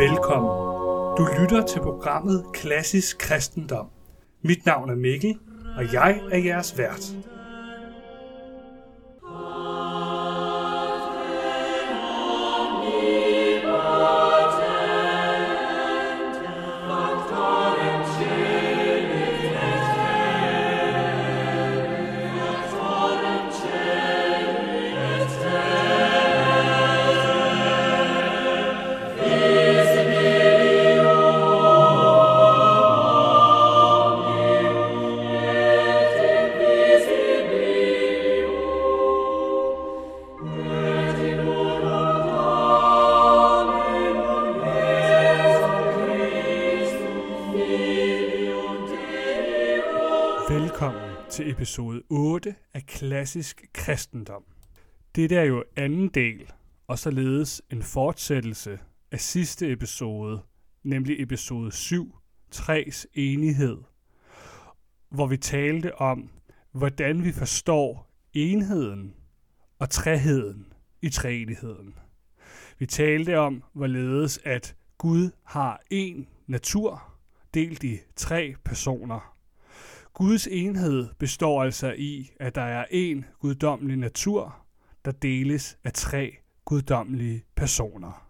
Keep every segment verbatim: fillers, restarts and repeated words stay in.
velkommen. Du lytter til programmet Klassisk Kristendom. Mit navn er Mikkel, og jeg er jeres vært. Velkommen til episode otte af Klassisk Kristendom. Dette er jo anden del, og således en fortsættelse af sidste episode, nemlig episode syv, Træs enighed, hvor vi talte om, hvordan vi forstår enheden og treheden i treenigheden. Vi talte om, hvorledes at Gud har én natur, delt i tre personer. Guds enhed består altså i, at der er én guddommelig natur, der deles af tre guddommelige personer.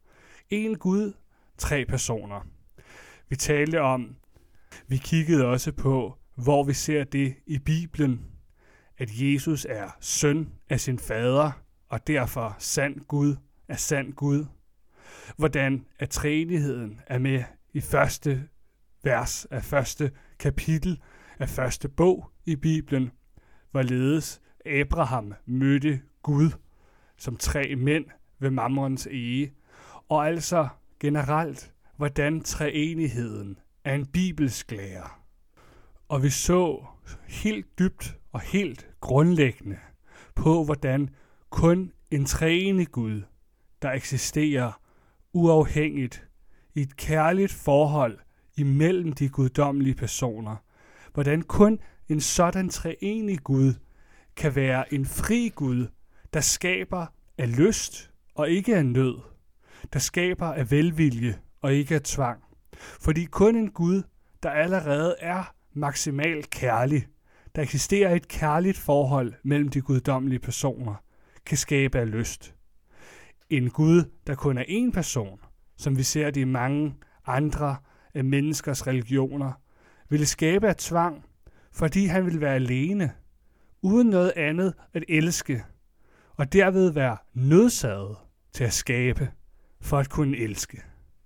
En Gud, tre personer. Vi talte om, vi kiggede også på, hvor vi ser det i Bibelen, at Jesus er søn af sin fader, og derfor sand Gud er sand Gud. Hvordan at treenigheden er med i første vers af første kapitel af første bog i Bibelen, hvorledes Abraham mødte Gud som tre mænd ved Mamrens ege, og altså generelt, hvordan treenigheden er en bibelsk lære. Og vi så helt dybt og helt grundlæggende på, hvordan kun en treenig Gud, der eksisterer uafhængigt i et kærligt forhold imellem de guddommelige personer, hvordan kun en sådan treenig Gud kan være en fri Gud, der skaber af lyst og ikke af nød, der skaber af velvilje og ikke af tvang. Fordi kun en Gud, der allerede er maksimalt kærlig, der eksisterer et kærligt forhold mellem de guddommelige personer, kan skabe af lyst. En Gud, der kun er én person, som vi ser det i mange andre af menneskers religioner, ville skabe af tvang, fordi han ville være alene, uden noget andet at elske, og derved være nødsaget til at skabe, for at kunne elske.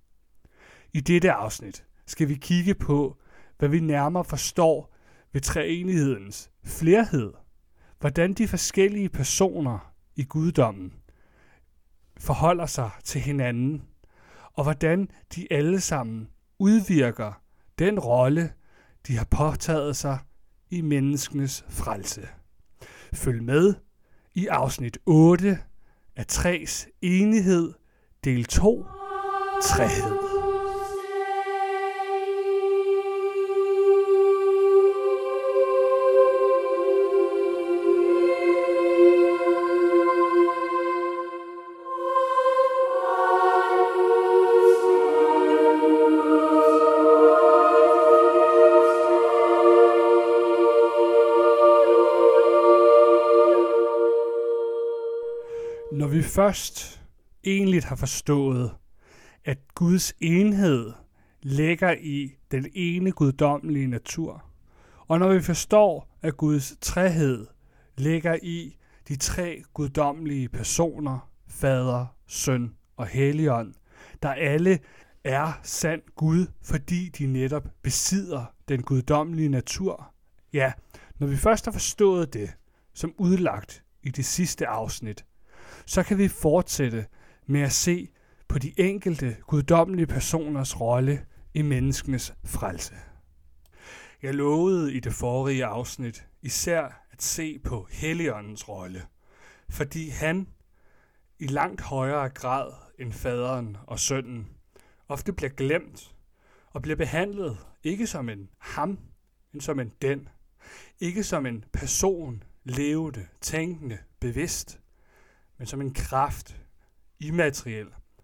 I dette afsnit skal vi kigge på, hvad vi nærmere forstår ved treenighedens flerhed, hvordan de forskellige personer i guddommen forholder sig til hinanden, og hvordan de alle sammen udvirker den rolle, de har påtaget sig i menneskenes frelse. Følg med i afsnit otte af Træs enighed, del to, Trehed. Når vi først egentlig har forstået, at Guds enhed ligger i den ene guddommelige natur, og når vi forstår, at Guds trehed ligger i de tre guddommelige personer, Fader, Søn og Helligånd, der alle er sand Gud, fordi de netop besidder den guddommelige natur. Ja, når vi først har forstået det, som udlagt i det sidste afsnit, så kan vi fortsætte med at se på de enkelte guddommelige personers rolle i menneskenes frelse. Jeg lovede i det forrige afsnit især at se på Helligåndens rolle, fordi han i langt højere grad end faderen og sønnen ofte bliver glemt og bliver behandlet ikke som en ham, men som en den. Ikke som en person, levende, tænkende, bevidst, men som en kraft, immateriel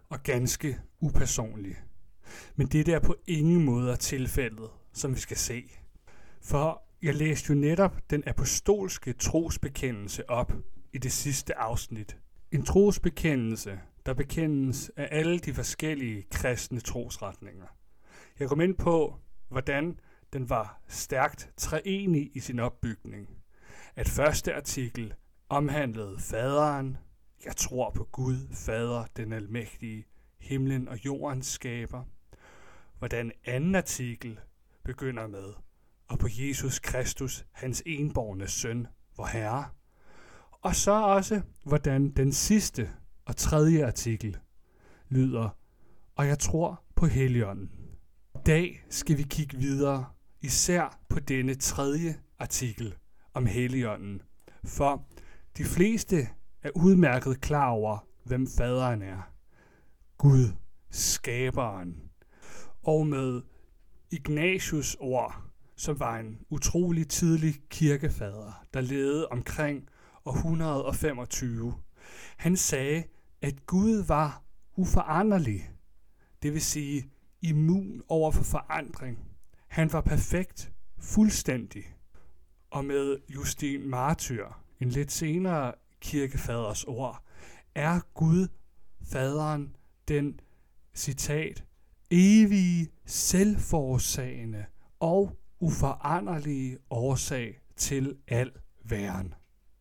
og ganske upersonlig. Men det er på ingen måde tilfældet, som vi skal se. For jeg læste jo netop den apostolske trosbekendelse op i det sidste afsnit. En trosbekendelse, der bekendes af alle de forskellige kristne trosretninger. Jeg kom ind på, hvordan den var stærkt treenig i sin opbygning. At første artikel omhandlede faderen, jeg tror på Gud, fader, den almægtige, himlen og jordens skaber. Hvordan anden artikel begynder med, og på Jesus Kristus, hans enbårne søn, vor Herre. Og så også, hvordan den sidste og tredje artikel lyder, og jeg tror på Helligånden. I dag skal vi kigge videre, især på denne tredje artikel om Helligånden, for de fleste er udmærket klar over, hvem faderen er. Gud, skaberen. Og med Ignatius ord, som var en utrolig tidlig kirkefader, der levede omkring år et hundrede og femogtyve. Han sagde, at Gud var uforanderlig, det vil sige immun over for forandring. Han var perfekt, fuldstændig. Og med Justin Martyr, en lidt senere kirkefaders ord, er Gud, faderen, den, citat, evige, selvforårsagende og uforanderlige årsag til al væren.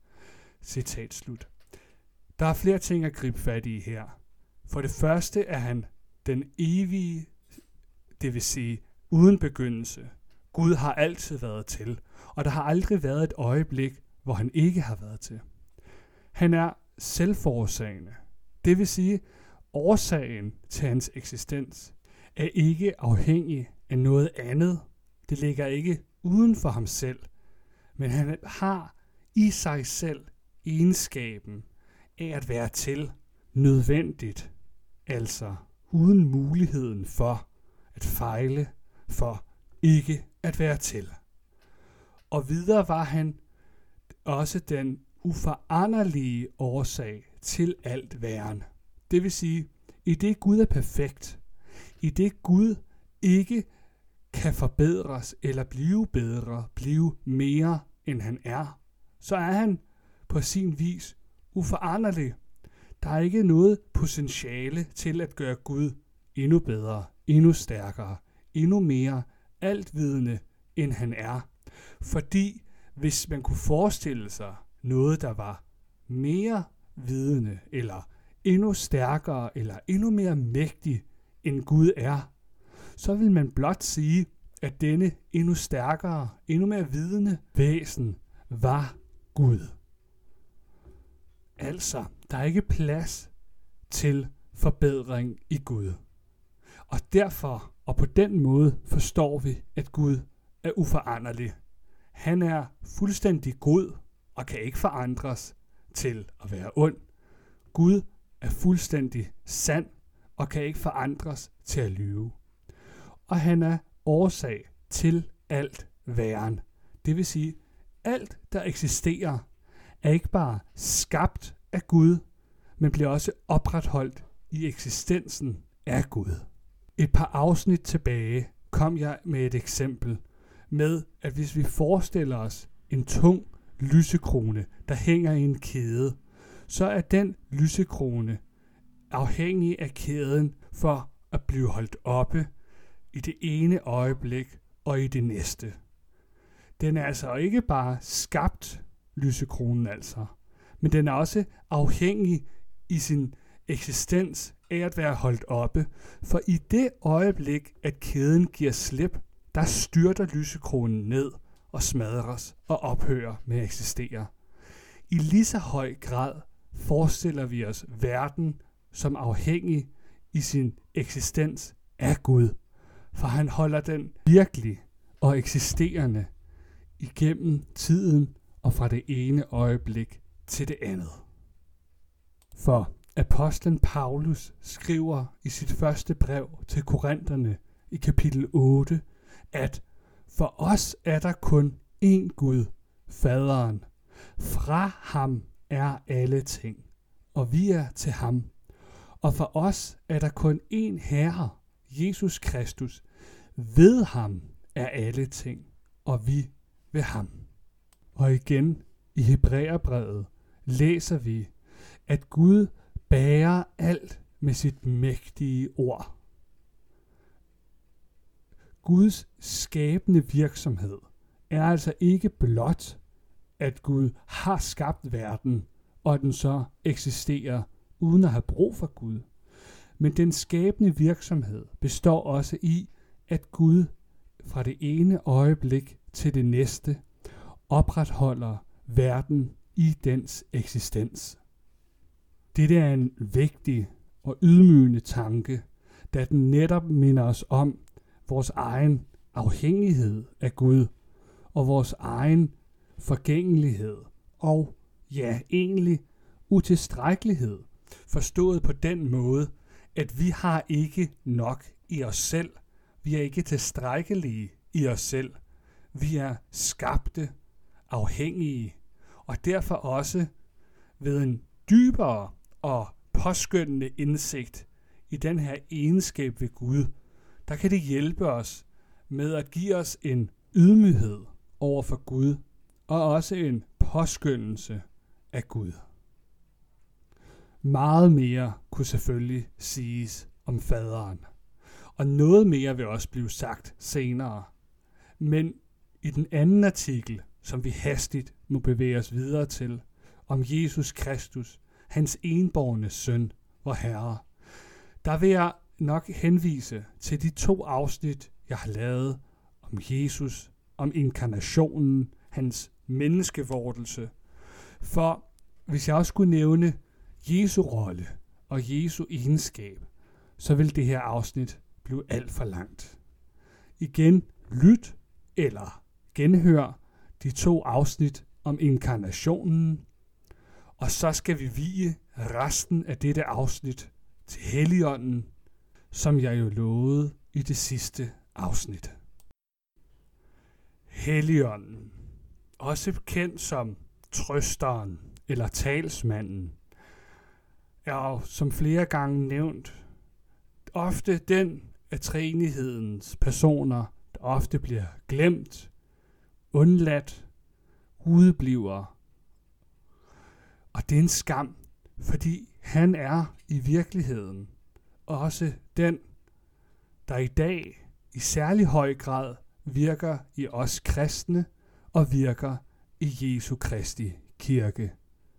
Citat slut. Der er flere ting at gribe fat i her. For det første er han den evige, det vil sige uden begyndelse. Gud har altid været til, og der har aldrig været et øjeblik, hvor han ikke har været til. Han er selvforårsagende. Det vil sige, årsagen til hans eksistens er ikke afhængig af noget andet. Det ligger ikke uden for ham selv, men han har i sig selv egenskaben af at være til nødvendigt, altså uden muligheden for at fejle, for ikke at være til. Og videre var han også den uforanderlige årsag til alt væren. Det vil sige, i det Gud er perfekt, i det Gud ikke kan forbedres eller blive bedre, blive mere end han er, så er han på sin vis uforanderlig. Der er ikke noget potentiale til at gøre Gud endnu bedre, endnu stærkere, endnu mere altvidende end han er. Fordi hvis man kunne forestille sig noget, der var mere vidende, eller endnu stærkere, eller endnu mere mægtig end Gud er, så vil man blot sige, at denne endnu stærkere, endnu mere vidende væsen var Gud. Altså, der er ikke plads til forbedring i Gud. Og derfor, og på den måde, forstår vi, at Gud er uforanderlig. Han er fuldstændig god og kan ikke forandres til at være ond. Gud er fuldstændig sand og kan ikke forandres til at lyve. Og han er årsag til alt væren. Det vil sige, alt der eksisterer er ikke bare skabt af Gud, men bliver også opretholdt i eksistensen af Gud. Et par afsnit tilbage kom jeg med et eksempel med, at hvis vi forestiller os en tung lysekrone, der hænger i en kæde, så er den lysekrone afhængig af kæden for at blive holdt oppe i det ene øjeblik og i det næste. Den er altså ikke bare skabt, lysekronen altså, men den er også afhængig i sin eksistens af at være holdt oppe, for i det øjeblik, at kæden giver slip, der styrter lysekronen ned og smadres og ophører med at eksistere. I lige så høj grad forestiller vi os verden som afhængig i sin eksistens af Gud, for han holder den virkelig og eksisterende igennem tiden og fra det ene øjeblik til det andet. For apostlen Paulus skriver i sit første brev til korinterne i kapitel otte, at for os er der kun én Gud, faderen. Fra ham er alle ting, og vi er til ham. Og for os er der kun én Herre, Jesus Kristus. Ved ham er alle ting, og vi ved ham. Og igen i Hebræerbrevet læser vi, at Gud bærer alt med sit mægtige ord. Guds skabende virksomhed er altså ikke blot, at Gud har skabt verden, og at den så eksisterer uden at have brug for Gud. Men den skabende virksomhed består også i, at Gud fra det ene øjeblik til det næste opretholder verden i dens eksistens. Dette er en vigtig og ydmygende tanke, da den netop minder os om vores egen afhængighed af Gud og vores egen forgængelighed og, ja, egentlig utilstrækkelighed, forstået på den måde, at vi har ikke nok i os selv. Vi er ikke tilstrækkelige i os selv. Vi er skabte, afhængige, og derfor også ved en dybere og påskyndende indsigt i den her egenskab ved Gud, der kan det hjælpe os med at give os en ydmyghed over for Gud, og også en påskyndelse af Gud. Meget mere kunne selvfølgelig siges om faderen, og noget mere vil også blive sagt senere. Men i den anden artikel, som vi hastigt må bevæge os videre til, om Jesus Kristus, hans enbårne søn, vor Herre, der vil jeg nok henvise til de to afsnit, jeg har lavet om Jesus, om inkarnationen, hans menneskevordelse. For hvis jeg også skulle nævne Jesu rolle og Jesu egenskab, så vil det her afsnit blive alt for langt. Igen, lyt eller genhør de to afsnit om inkarnationen, og så skal vi vie resten af dette afsnit til Helligånden, som jeg jo lovede i det sidste afsnit. Helligånden, også kendt som trøsteren eller talsmanden, er jo som flere gange nævnt ofte den af treenighedens personer, der ofte bliver glemt, undladt, udebliver. Og det er en skam, fordi han er i virkeligheden også den, der i dag i særlig høj grad virker i os kristne og virker i Jesu Kristi kirke.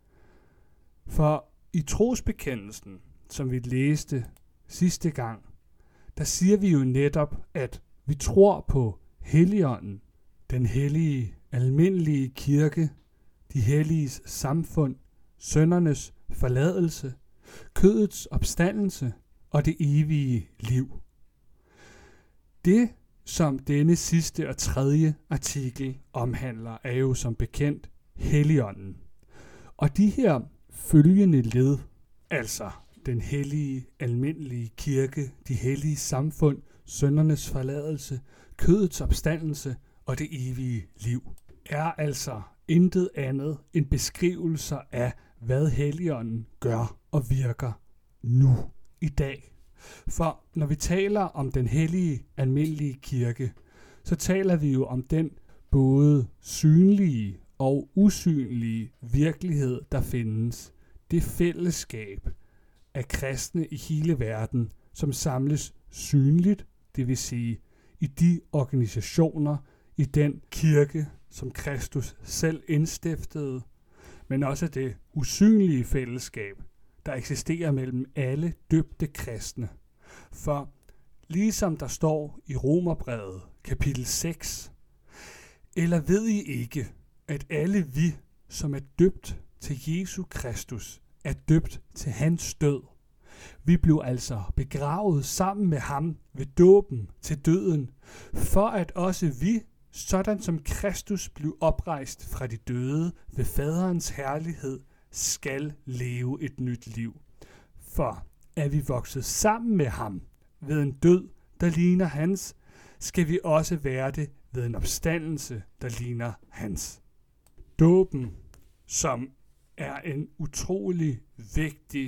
For i trosbekendelsen, som vi læste sidste gang, der siger vi jo netop, at vi tror på Helligånden, den hellige, almindelige kirke, de helliges samfund, syndernes forladelse, kødets opstandelse og det evige liv. Det, som denne sidste og tredje artikel omhandler, er jo som bekendt Helligånden. Og de her følgende led, altså den hellige, almindelige kirke, de hellige samfund, syndernes forladelse, kødets opstandelse og det evige liv, er altså intet andet end beskrivelser af, hvad Helligånden gør og virker nu, i dag. For når vi taler om den hellige, almindelige kirke, så taler vi jo om den både synlige og usynlige virkelighed, der findes. Det fællesskab af kristne i hele verden, som samles synligt, det vil sige i de organisationer, i den kirke, som Kristus selv indstiftede, men også det usynlige fællesskab, der eksisterer mellem alle døbte kristne. For ligesom der står i Romerbrevet kapitel seks, eller ved I ikke, at alle vi, som er døbt til Jesu Kristus, er døbt til hans død. Vi blev altså begravet sammen med ham ved dåben til døden, for at også vi, sådan som Kristus blev oprejst fra de døde ved faderens herlighed, skal leve et nyt liv. For er vi vokset sammen med ham ved en død, der ligner hans, skal vi også være det ved en opstandelse, der ligner hans. Dåben, som er en utrolig vigtig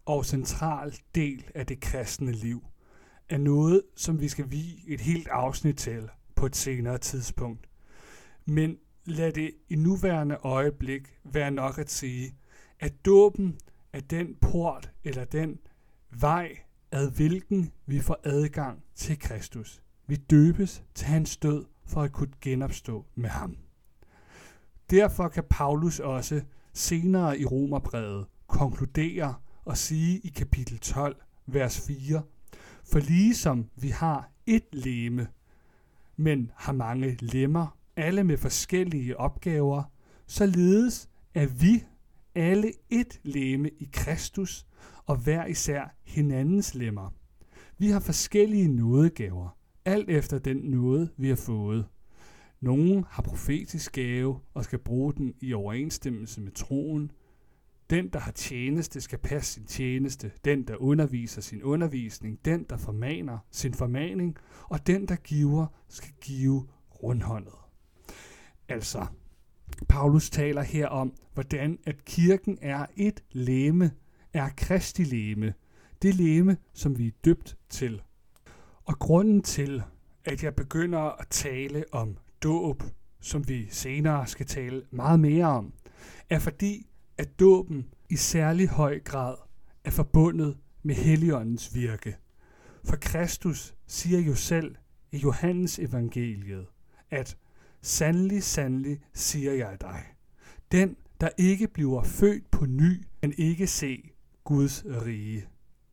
og central del af det kristne liv, er noget, som vi skal vie et helt afsnit til på et senere tidspunkt. Men lad det i nuværende øjeblik være nok at sige, at dåben er den port eller den vej, ad hvilken vi får adgang til Kristus. Vi døbes til hans død for at kunne genopstå med ham. Derfor kan Paulus også senere i Romerbrevet konkludere og sige i kapitel tolv, vers fire, for ligesom vi har ét legeme, men har mange lemmer, alle med forskellige opgaver, således er vi alle ét legeme i Kristus, og hver især hinandens lemmer. Vi har forskellige nådegaver, alt efter den nåde, vi har fået. Nogen har profetisk gave og skal bruge den i overensstemmelse med troen. Den, der har tjeneste, skal passe sin tjeneste. Den, der underviser sin undervisning. Den, der formaner sin formaning. Og den, der giver, skal give rundhåndet. Altså, Paulus taler her om, hvordan at kirken er et legeme, er Kristi legeme. Det legeme, som vi er døbt til. Og grunden til, at jeg begynder at tale om dåb, som vi senere skal tale meget mere om, er fordi, at dåben i særlig høj grad er forbundet med Helligåndens virke. For Kristus siger jo selv i Johannes evangeliet, at sandelig, sandelig siger jeg dig, den, der ikke bliver født på ny, kan ikke se Guds rige.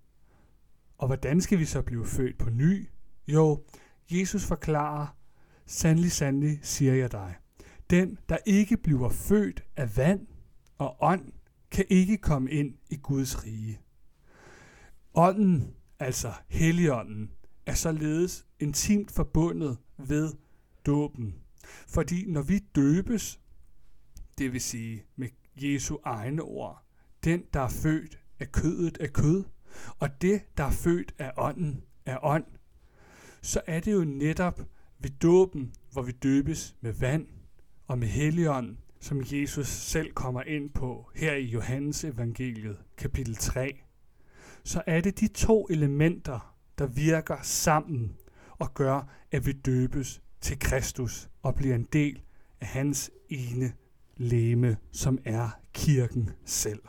Og hvordan skal vi så blive født på ny? Jo, Jesus forklarer, sandelig, sandelig siger jeg dig, den, der ikke bliver født af vand og ånd, kan ikke komme ind i Guds rige. Ånden, altså Helligånden, er således intimt forbundet ved dåben. Fordi når vi døbes, det vil sige med Jesu egne ord, den, der er født af kødet, er kød, og det, der er født af ånden, er ånd, så er det jo netop ved dåben, hvor vi døbes med vand og med Helligånden, som Jesus selv kommer ind på her i Johannes evangeliet, kapitel tre, så er det de to elementer, der virker sammen og gør, at vi døbes til Kristus og bliver en del af hans ene legeme, som er kirken selv.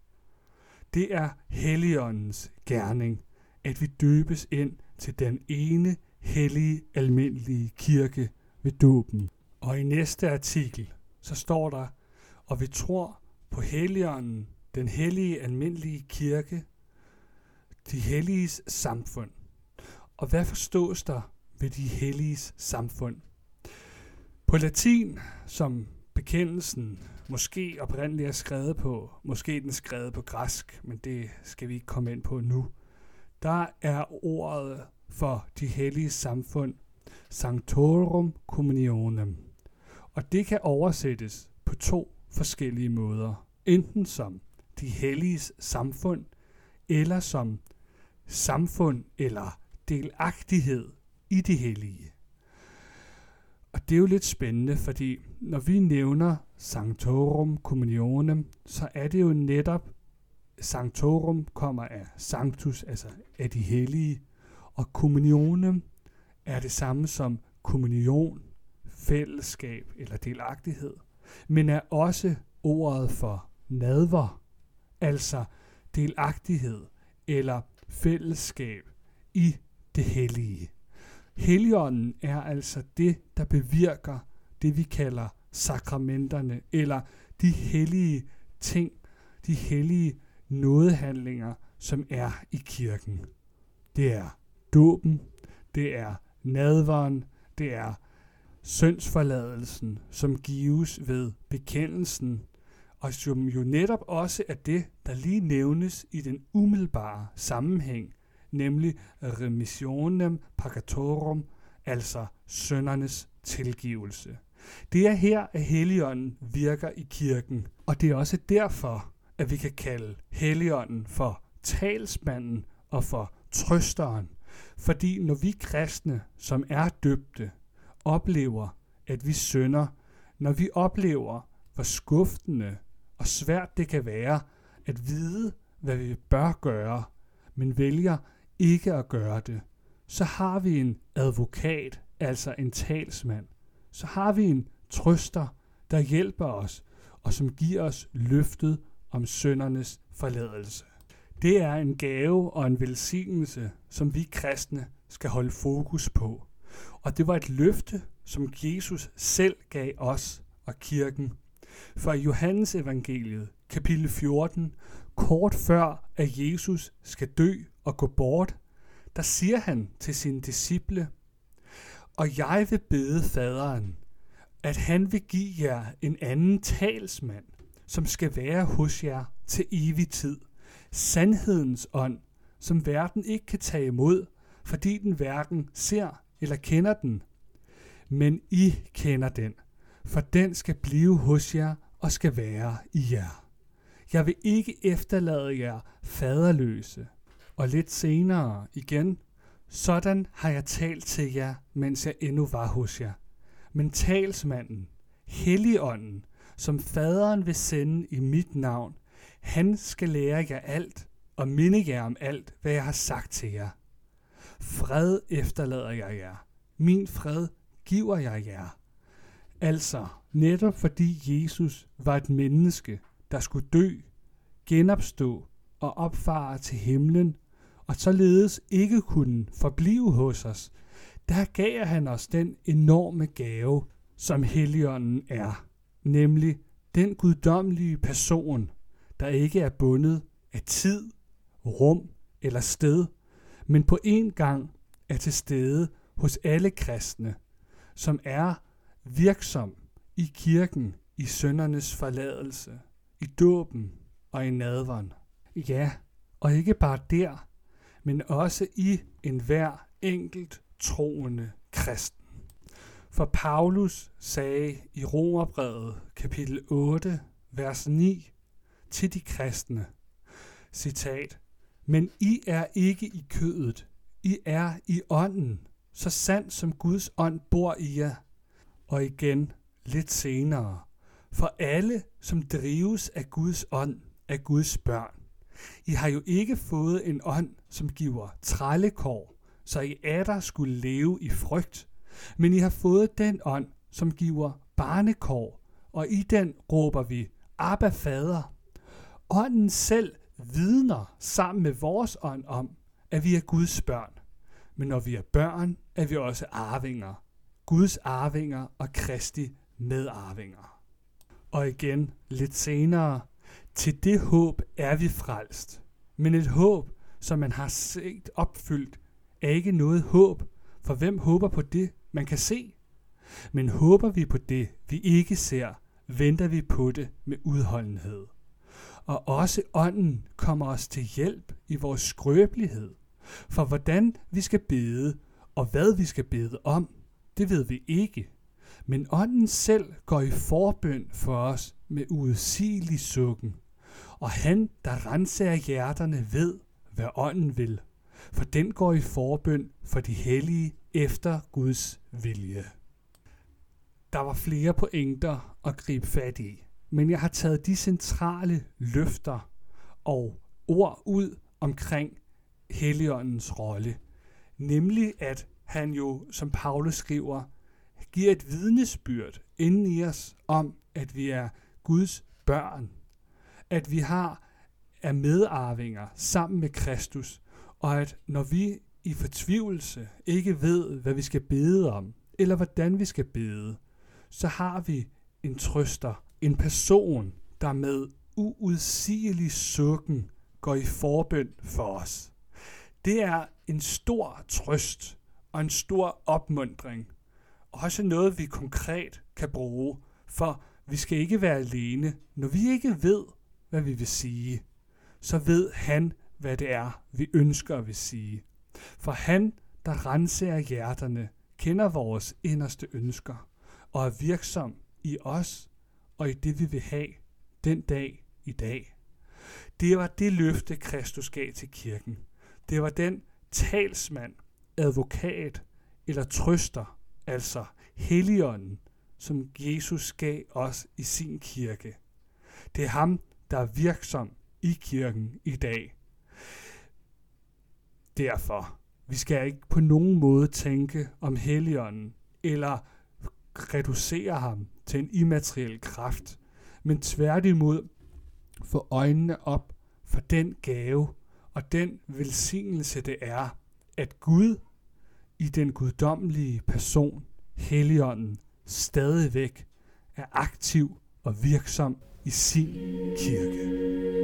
Det er Helligåndens gerning, at vi døbes ind til den ene hellige, almindelige kirke ved dåben. Og i næste artikel, så står der, og vi tror på Helligånden, den hellige, almindelige kirke, de helliges samfund. Og hvad forstås der ved de helliges samfund? På latin, som bekendelsen måske oprindeligt er skrevet på, måske den skrevet på græsk, men det skal vi ikke komme ind på nu, der er ordet for de hellige samfund Sanctorum Communionem. Og det kan oversættes på to forskellige måder. Enten som de helliges samfund, eller som samfund eller delagtighed i det hellige. Og det er jo lidt spændende, fordi når vi nævner Sanctorum Communionem, så er det jo netop, Sanctorum kommer af Sanctus, altså af de hellige, og Communionem er det samme som kommunion, fællesskab eller delagtighed, men er også ordet for nadver, altså delagtighed eller fællesskab i det hellige. Helligånden er altså det, der bevirker det, vi kalder sakramenterne, eller de hellige ting, de hellige nådehandlinger, som er i kirken. Det er dåben, det er nadveren, det er syndsforladelsen, som gives ved bekendelsen, og som jo netop også er det, der lige nævnes i den umiddelbare sammenhæng, nemlig remissionem peccatorum, altså syndernes tilgivelse. Det er her, at Helligånden virker i kirken, og det er også derfor, at vi kan kalde Helligånden for talsmanden og for trøsteren. Fordi når vi kristne, som er døbte, oplever, at vi synder, når vi oplever, hvor skuffende og svært det kan være at vide, hvad vi bør gøre, men vælger ikke at gøre det, så har vi en advokat, altså en talsmand. Så har vi en trøster, der hjælper os, og som giver os løftet om syndernes forladelse. Det er en gave og en velsignelse, som vi kristne skal holde fokus på. Og det var et løfte, som Jesus selv gav os og kirken. For i Johannes evangeliet, kapitel fjorten, kort før at Jesus skal dø og gå bort, der siger han til sine disciple: Og jeg vil bede faderen, at han vil give jer en anden talsmand, som skal være hos jer til evig tid. Sandhedens ånd, som verden ikke kan tage imod, fordi den hverken ser eller kender den. Men I kender den, for den skal blive hos jer og skal være i jer. Jeg vil ikke efterlade jer faderløse. Og lidt senere igen: Sådan har jeg talt til jer, mens jeg endnu var hos jer. Men talsmanden, Helligånden, som faderen vil sende i mit navn, han skal lære jer alt og minde jer om alt, hvad jeg har sagt til jer. Fred efterlader jeg jer. Min fred giver jeg jer. Altså, netop fordi Jesus var et menneske, der skulle dø, genopstå og opfare til himlen, og således ikke kunne forblive hos os, der gav han os den enorme gave, som Helligånden er, nemlig den guddommelige person, der ikke er bundet af tid, rum eller sted, men på én gang er til stede hos alle kristne, som er virksom i kirken, i syndernes forladelse, i dåben og i nadveren. Ja, og ikke bare der, men også i enhver enkelt troende kristen. For Paulus sagde i Romerbrevet kapitel otte, vers ni til de kristne, citat: Men I er ikke i kødet, I er i ånden, så sandt som Guds ånd bor i jer. Og igen lidt senere: For alle, som drives af Guds ånd, er Guds børn. I har jo ikke fået en ånd, som giver trællekår, så I atter skulle leve i frygt, men I har fået den ånd, som giver barnekår, og i den råber vi: Abba, Fader. Ånden selv vidner sammen med vores ånd om, at vi er Guds børn. Men når vi er børn, er vi også arvinger. Guds arvinger og Kristi medarvinger. Og igen lidt senere: Til det håb er vi frelst. Men et håb, som man har set opfyldt, er ikke noget håb, for hvem håber på det, man kan se? Men håber vi på det, vi ikke ser, venter vi på det med udholdenhed. Og også ånden kommer os til hjælp i vores skrøbelighed. For hvordan vi skal bede, og hvad vi skal bede om, det ved vi ikke. Men ånden selv går i forbøn for os med uudsigelig sukken. Og han, der renser hjerterne, ved, hvad ånden vil. For den går i forbøn for de hellige efter Guds vilje. Der var flere pointer at gribe fat i, men jeg har taget de centrale løfter og ord ud omkring Helligåndens rolle. Nemlig at han jo, som Paulus skriver, giver et vidnesbyrd inden i os om, at vi er Guds børn. At vi har er medarvinger sammen med Kristus, og at når vi i fortvivlelse ikke ved, hvad vi skal bede om, eller hvordan vi skal bede, så har vi en trøster, en person, der med uudsigelig sukken går i forbøn for os. Det er en stor trøst og en stor opmuntring, og også noget, vi konkret kan bruge, for vi skal ikke være alene. Når vi ikke ved, hvad vi vil sige, så ved han, hvad det er, vi ønsker at vil sige. For han, der renser hjerterne, kender vores inderste ønsker, og er virksom i os og i det, vi vil have den dag i dag. Det var det løfte, Kristus gav til kirken. Det var den talsmand, advokat eller trøster, altså Helligånden, som Jesus gav os i sin kirke. Det er ham, der er virksom i kirken i dag. Derfor, vi skal ikke på nogen måde tænke om Helligånden eller reducere ham til en immateriel kraft, men tværtimod få øjnene op for den gave og den velsignelse det er, at Gud i den guddommelige person, Helligånden, stadigvæk er aktiv og virksom i sin kirke.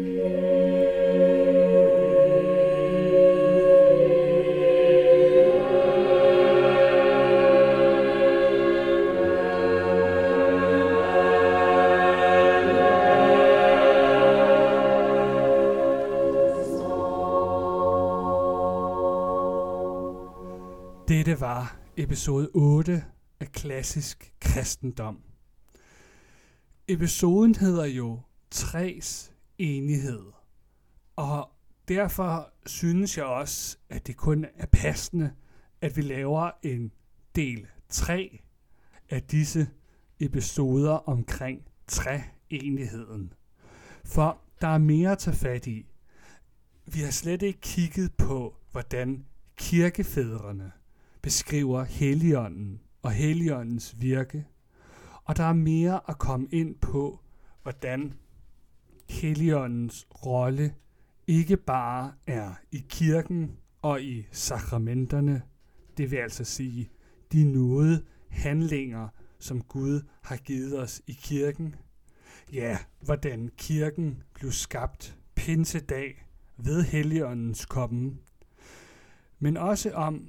Dette var episode otte af Klassisk Kristendom. Episoden hedder jo Tres enighed, og derfor synes jeg også, at det kun er passende, at vi laver en del tre af disse episoder omkring treenigheden. For der er mere at tage fat i. Vi har slet ikke kigget på, hvordan kirkefædrene beskriver Helligånden og Helligåndens virke, og der er mere at komme ind på, hvordan Helligåndens rolle ikke bare er i kirken og i sakramenterne, det vil altså sige de nåde handlinger, som Gud har givet os i kirken. Ja, hvordan kirken blev skabt pinsedag ved Helligåndens komme, men også om,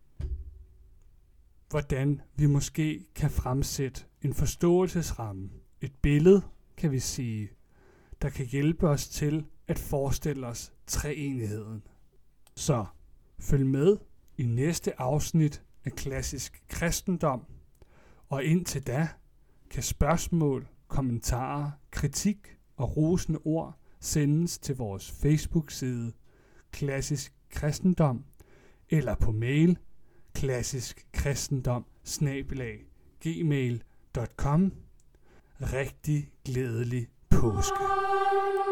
hvordan vi måske kan fremsætte en forståelsesramme, et billede, kan vi sige, der kan hjælpe os til at forestille os treenigheden. Så følg med i næste afsnit af Klassisk Kristendom, og indtil da kan spørgsmål, kommentarer, kritik og rosende ord sendes til vores Facebook-side Klassisk Kristendom eller på mail klassiskkristendom snabel-a gmail punktum com. Rigtig glædelig påske.